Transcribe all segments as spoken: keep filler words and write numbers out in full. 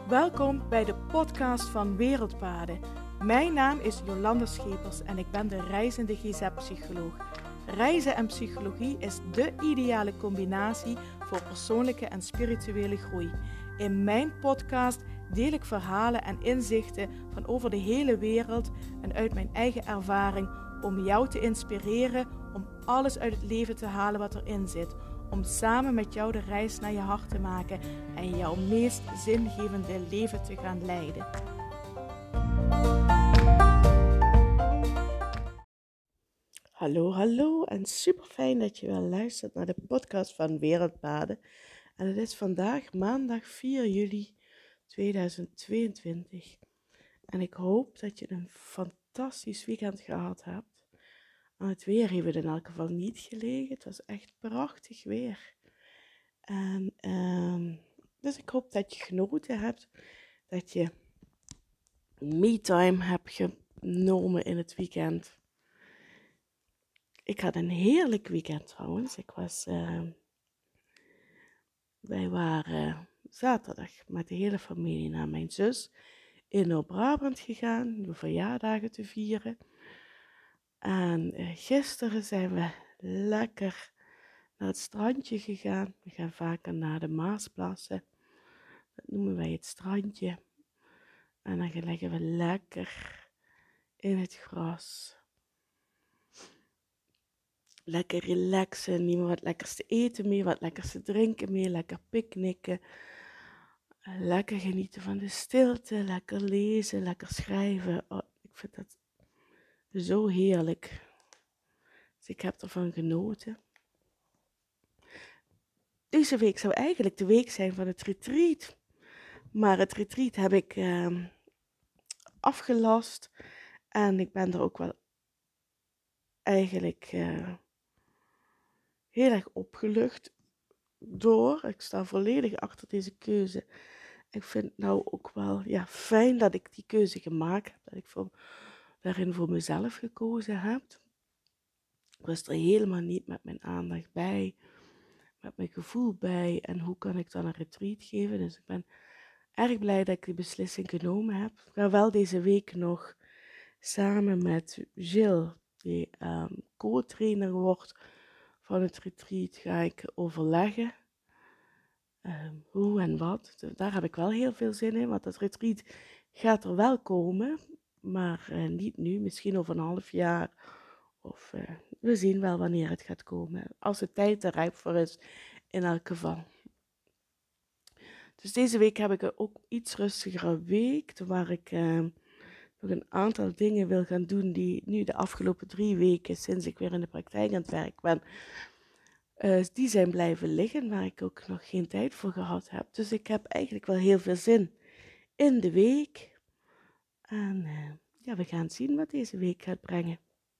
Welkom bij de podcast van Wereldpaden. Mijn naam is Jolanda Schepers en ik ben de reizende G Z psycholoog. Reizen en psychologie is de ideale combinatie voor persoonlijke en spirituele groei. In mijn podcast deel ik verhalen en inzichten van over de hele wereld en uit mijn eigen ervaring om jou te inspireren om alles uit het leven te halen wat erin zit. Om samen met jou de reis naar je hart te maken en jouw meest zingevende leven te gaan leiden. Hallo, hallo en super fijn dat je wel luistert naar de podcast van Wereldpaden. En het is vandaag maandag vier juli tweeduizend tweeëntwintig. En ik hoop dat je een fantastisch weekend gehad hebt. Aan het weer heeft het in elk geval niet gelegen. Het was echt prachtig weer. En um, dus ik hoop dat je genoten hebt. Dat je me-time hebt genomen in het weekend. Ik had een heerlijk weekend trouwens. Ik was, uh, wij waren zaterdag met de hele familie naar mijn zus in Noord-Brabant gegaan. De verjaardagen te vieren. En uh, gisteren zijn we lekker naar het strandje gegaan. We gaan vaker naar de Maasplassen. Dat noemen wij het strandje. En dan liggen we lekker in het gras. Lekker relaxen, nemen wat lekkers te eten mee, wat lekkers te drinken mee, lekker picknicken. Lekker genieten van de stilte, lekker lezen, lekker schrijven. Oh, ik vind dat zo heerlijk. Dus ik heb ervan genoten. Deze week zou eigenlijk de week zijn van het retreat. Maar het retreat heb ik uh, afgelast. En ik ben er ook wel eigenlijk uh, heel erg opgelucht door. Ik sta volledig achter deze keuze. Ik vind het nou ook wel ja, fijn dat ik die keuze gemaakt heb. Dat ik voor, daarin voor mezelf gekozen heb. Ik was er helemaal niet met mijn aandacht bij. Met mijn gevoel bij. En hoe kan ik dan een retreat geven? Dus ik ben erg blij dat ik die beslissing genomen heb. Ik ga wel deze week nog samen met Gilles, die um, co-trainer wordt van het retreat, ga ik overleggen. Um, hoe en wat. Dus daar heb ik wel heel veel zin in, want het retreat gaat er wel komen, maar uh, niet nu, misschien over een half jaar. Of uh, we zien wel wanneer het gaat komen. Als de tijd er rijp voor is, in elk geval. Dus deze week heb ik een ook iets rustigere week, waar ik uh, nog een aantal dingen wil gaan doen die nu de afgelopen drie weken, sinds ik weer in de praktijk aan het werk ben, uh, die zijn blijven liggen, waar ik ook nog geen tijd voor gehad heb. Dus ik heb eigenlijk wel heel veel zin in de week. En uh, ja, we gaan zien wat deze week gaat brengen.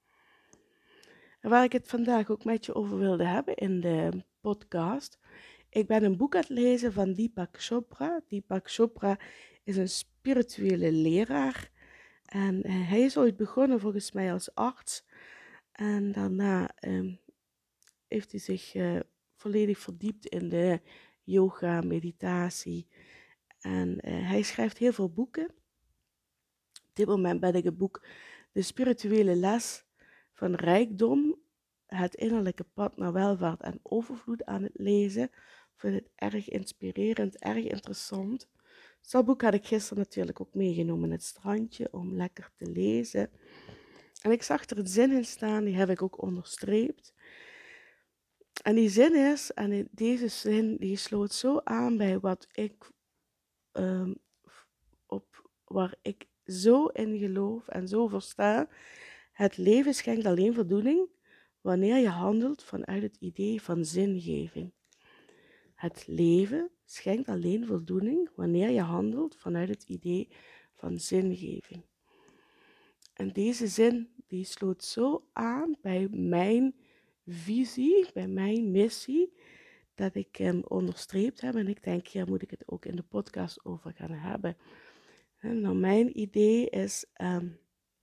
En waar ik het vandaag ook met je over wilde hebben in de podcast. Ik ben een boek aan het lezen van Deepak Chopra. Deepak Chopra is een spirituele leraar. En uh, hij is ooit begonnen volgens mij als arts. En daarna um, heeft hij zich uh, volledig verdiept in de yoga, meditatie. En uh, hij schrijft heel veel boeken. Op dit moment ben ik het boek De spirituele les van rijkdom, het innerlijke pad naar welvaart en overvloed aan het lezen. Ik vind het erg inspirerend, erg interessant. Dus dat boek had ik gisteren natuurlijk ook meegenomen in het strandje om lekker te lezen. En ik zag er een zin in staan, die heb ik ook onderstreept. En die zin is, en deze zin die sloot zo aan bij wat ik, um, op, waar ik zo in geloof en zo versta. Het leven schenkt alleen voldoening wanneer je handelt vanuit het idee van zingeving. Het leven schenkt alleen voldoening wanneer je handelt vanuit het idee van zingeving. En deze zin die sloot zo aan bij mijn visie, bij mijn missie, dat ik hem onderstreept heb. En ik denk, hier moet ik het ook in de podcast over gaan hebben. En nou, mijn idee is um,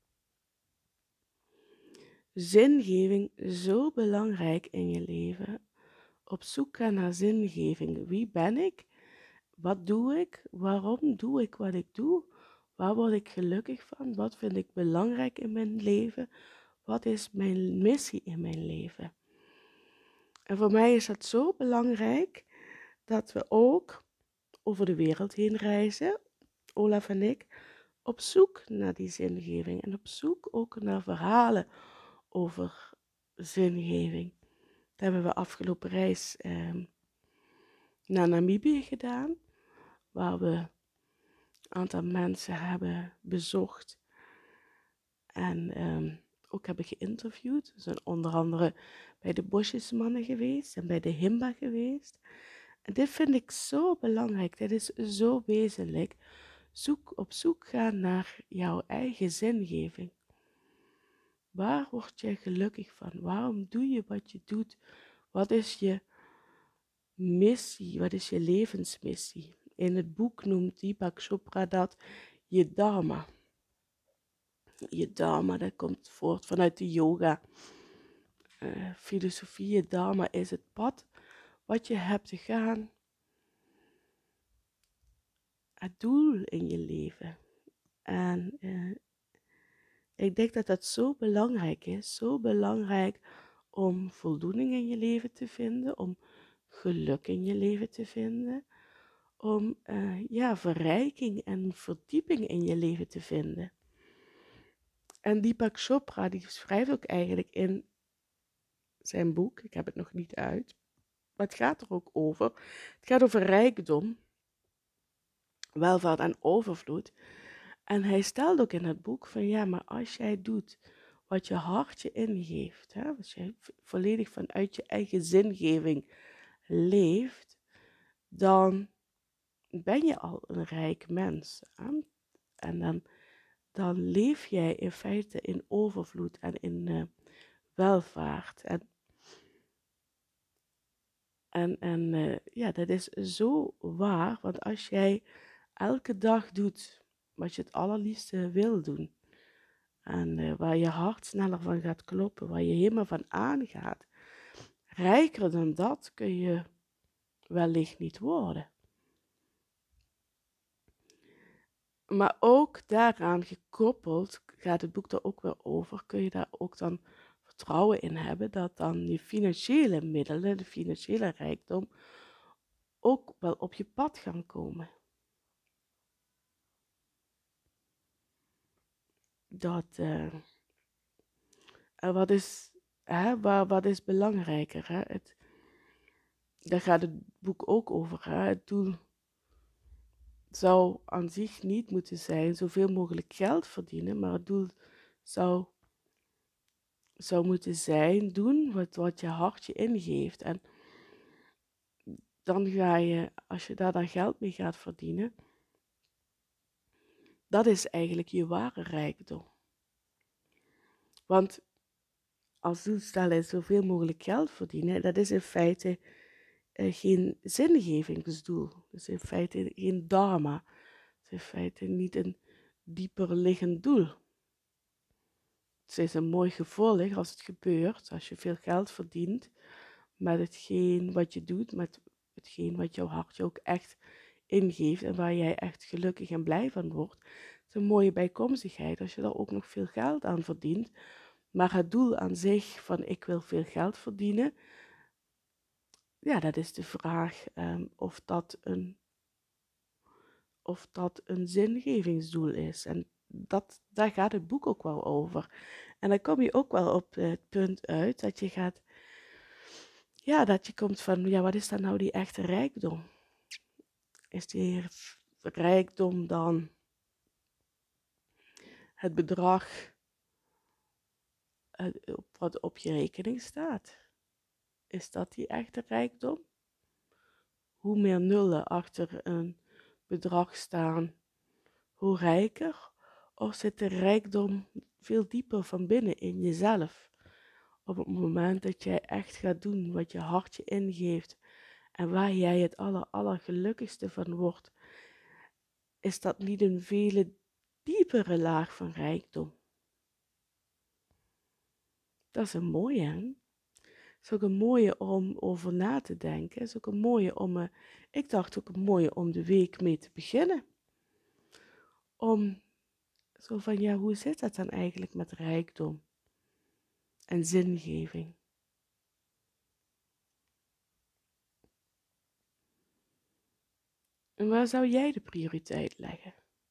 zingeving zo belangrijk in je leven. Op zoek gaan naar zingeving. Wie ben ik? Wat doe ik? Waarom doe ik wat ik doe? Waar word ik gelukkig van? Wat vind ik belangrijk in mijn leven? Wat is mijn missie in mijn leven? En voor mij is dat zo belangrijk dat we ook over de wereld heen reizen, Olaf en ik, op zoek naar die zingeving en op zoek ook naar verhalen over zingeving. Dat hebben we afgelopen reis eh, naar Namibië gedaan, waar we een aantal mensen hebben bezocht en eh, ook hebben geïnterviewd. We zijn onder andere bij de Bosjesmannen geweest en bij de Himba geweest. En dit vind ik zo belangrijk, dit is zo wezenlijk. Zoek, op zoek gaan naar jouw eigen zingeving. Waar word je gelukkig van? Waarom doe je wat je doet? Wat is je missie? Wat is je levensmissie? In het boek noemt Deepak Chopra dat je dharma. Je dharma, dat komt voort vanuit de yoga. Uh, filosofie, je dharma is het pad wat je hebt te gaan. Het doel in je leven. En uh, ik denk dat dat zo belangrijk is. Zo belangrijk om voldoening in je leven te vinden. Om geluk in je leven te vinden. Om uh, ja, verrijking en verdieping in je leven te vinden. En Deepak Chopra die schrijft ook eigenlijk in zijn boek, ik heb het nog niet uit, maar het gaat er ook over. Het gaat over rijkdom, welvaart en overvloed. En hij stelt ook in het boek van ja, maar als jij doet wat je hart je ingeeft, hè, als jij volledig vanuit je eigen zingeving leeft, dan ben je al een rijk mens. Hè? En dan, dan leef jij in feite in overvloed en in uh, welvaart. En, en, en uh, ja, dat is zo waar, want als jij elke dag doet wat je het allerliefste wil doen, en uh, waar je hart sneller van gaat kloppen, waar je helemaal van aangaat, rijker dan dat kun je wellicht niet worden. Maar ook daaraan gekoppeld, gaat het boek er ook weer over, kun je daar ook dan vertrouwen in hebben dat dan die financiële middelen, de financiële rijkdom, ook wel op je pad gaan komen. Dat, uh, en wat is, hè, waar, wat is belangrijker? Hè? Het, daar gaat het boek ook over. Hè? Het doel zou aan zich niet moeten zijn zoveel mogelijk geld verdienen, maar het doel zou, zou moeten zijn doen wat, wat je hart je ingeeft. En dan ga je, als je daar dan geld mee gaat verdienen, dat is eigenlijk je ware rijkdom. Want als doelstelling is zoveel mogelijk geld verdienen, dat is in feite uh, geen zingevingsdoel. Dat is in feite geen dharma. Dat is in feite niet een dieper liggend doel. Het is een mooi gevolg als het gebeurt, als je veel geld verdient met hetgeen wat je doet, met hetgeen wat jouw hart je ook echt ingeeft en waar jij echt gelukkig en blij van wordt. Het is een mooie bijkomstigheid als je daar ook nog veel geld aan verdient. Maar het doel aan zich van ik wil veel geld verdienen, ja, dat is de vraag um, of, dat een, of dat een zingevingsdoel is. En dat, daar gaat het boek ook wel over. En dan kom je ook wel op het punt uit dat je gaat, ja, dat je komt van, ja, wat is dan nou die echte rijkdom? Is die rijkdom dan het bedrag uh, wat op je rekening staat? Is dat die echte rijkdom? Hoe meer nullen achter een bedrag staan, hoe rijker? Of zit de rijkdom veel dieper van binnen in jezelf? Op het moment dat jij echt gaat doen wat je hart je ingeeft en waar jij het aller, allergelukkigste van wordt, is dat niet een vele diepere laag van rijkdom? Dat is een mooie, hè? is ook een mooie om over na te denken. Is ook een mooie om, uh, ik dacht ook een mooie om de week mee te beginnen. Om zo van, ja, hoe zit dat dan eigenlijk met rijkdom en zingeving? En waar zou jij de prioriteit leggen?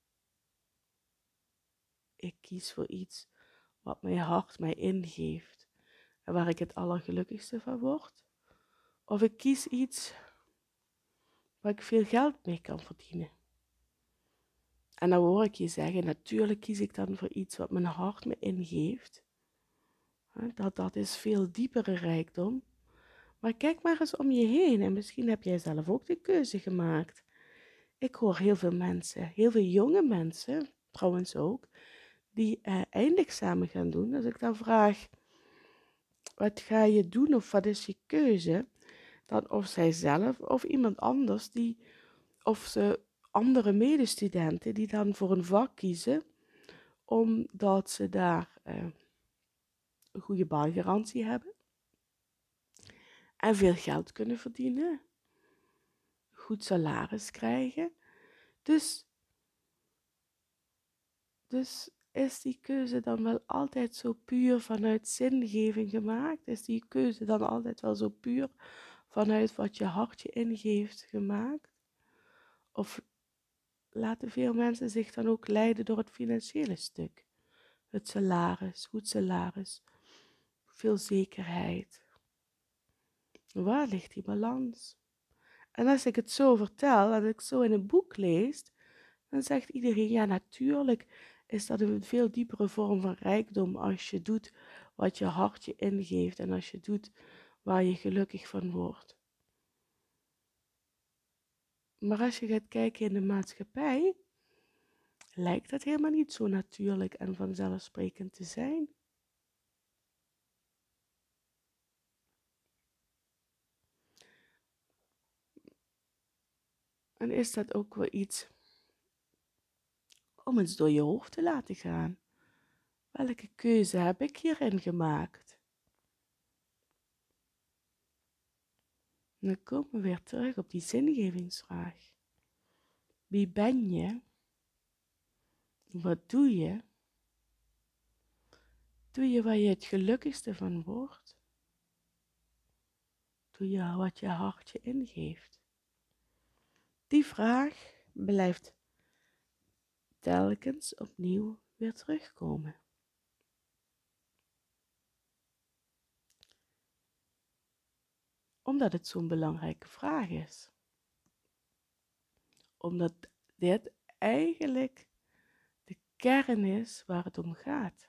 Ik kies voor iets wat mijn hart mij ingeeft en waar ik het allergelukkigste van word. Of ik kies iets waar ik veel geld mee kan verdienen. En dan hoor ik je zeggen, natuurlijk kies ik dan voor iets wat mijn hart me ingeeft. Dat, dat is veel diepere rijkdom. Maar kijk maar eens om je heen en misschien heb jij zelf ook de keuze gemaakt. Ik hoor heel veel mensen, heel veel jonge mensen, trouwens ook, die uh, eindexamen gaan doen. Als ik dan vraag, wat ga je doen of wat is je keuze? Dan of zij zelf of iemand anders, die, of ze andere medestudenten die dan voor een vak kiezen, omdat ze daar uh, een goede baangarantie hebben en veel geld kunnen verdienen, goed salaris krijgen. Dus, dus is die keuze dan wel altijd zo puur vanuit zingeving gemaakt? Is die keuze dan altijd wel zo puur vanuit wat je hart je ingeeft gemaakt? Of laten veel mensen zich dan ook leiden door het financiële stuk? Het salaris, goed salaris, veel zekerheid. Waar ligt die balans? En als ik het zo vertel, als ik zo in een boek lees, dan zegt iedereen, ja natuurlijk is dat een veel diepere vorm van rijkdom als je doet wat je hart je ingeeft en als je doet waar je gelukkig van wordt. Maar als je gaat kijken in de maatschappij, lijkt dat helemaal niet zo natuurlijk en vanzelfsprekend te zijn. En is dat ook wel iets om eens door je hoofd te laten gaan? Welke keuze heb ik hierin gemaakt? En dan komen we weer terug op die zingevingsvraag. Wie ben je? Wat doe je? Doe je waar je het gelukkigste van wordt? Doe je wat je hart je ingeeft? Die vraag blijft telkens opnieuw weer terugkomen. Omdat het zo'n belangrijke vraag is. Omdat dit eigenlijk de kern is waar het om gaat.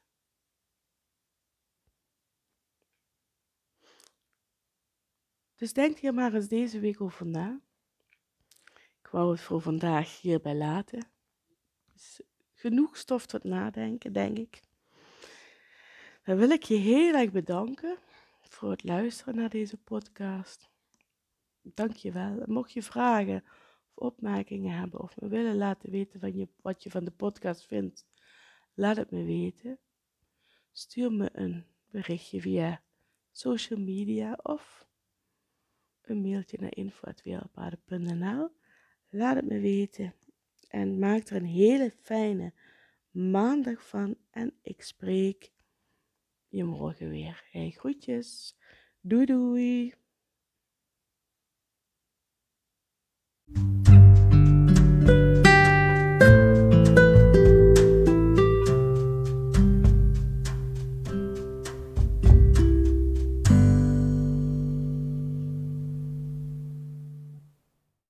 Dus denk hier maar eens deze week over na. Ik wou het voor vandaag hierbij laten. Dus genoeg stof tot nadenken, denk ik. Dan wil ik je heel erg bedanken voor het luisteren naar deze podcast. Dank je wel. Mocht je vragen of opmerkingen hebben of me willen laten weten van je, wat je van de podcast vindt, laat het me weten. Stuur me een berichtje via social media of een mailtje naar info at wereldpaden punt n l. Laat het me weten en maak er een hele fijne maandag van en ik spreek je morgen weer. Hey, groetjes. Doei doei.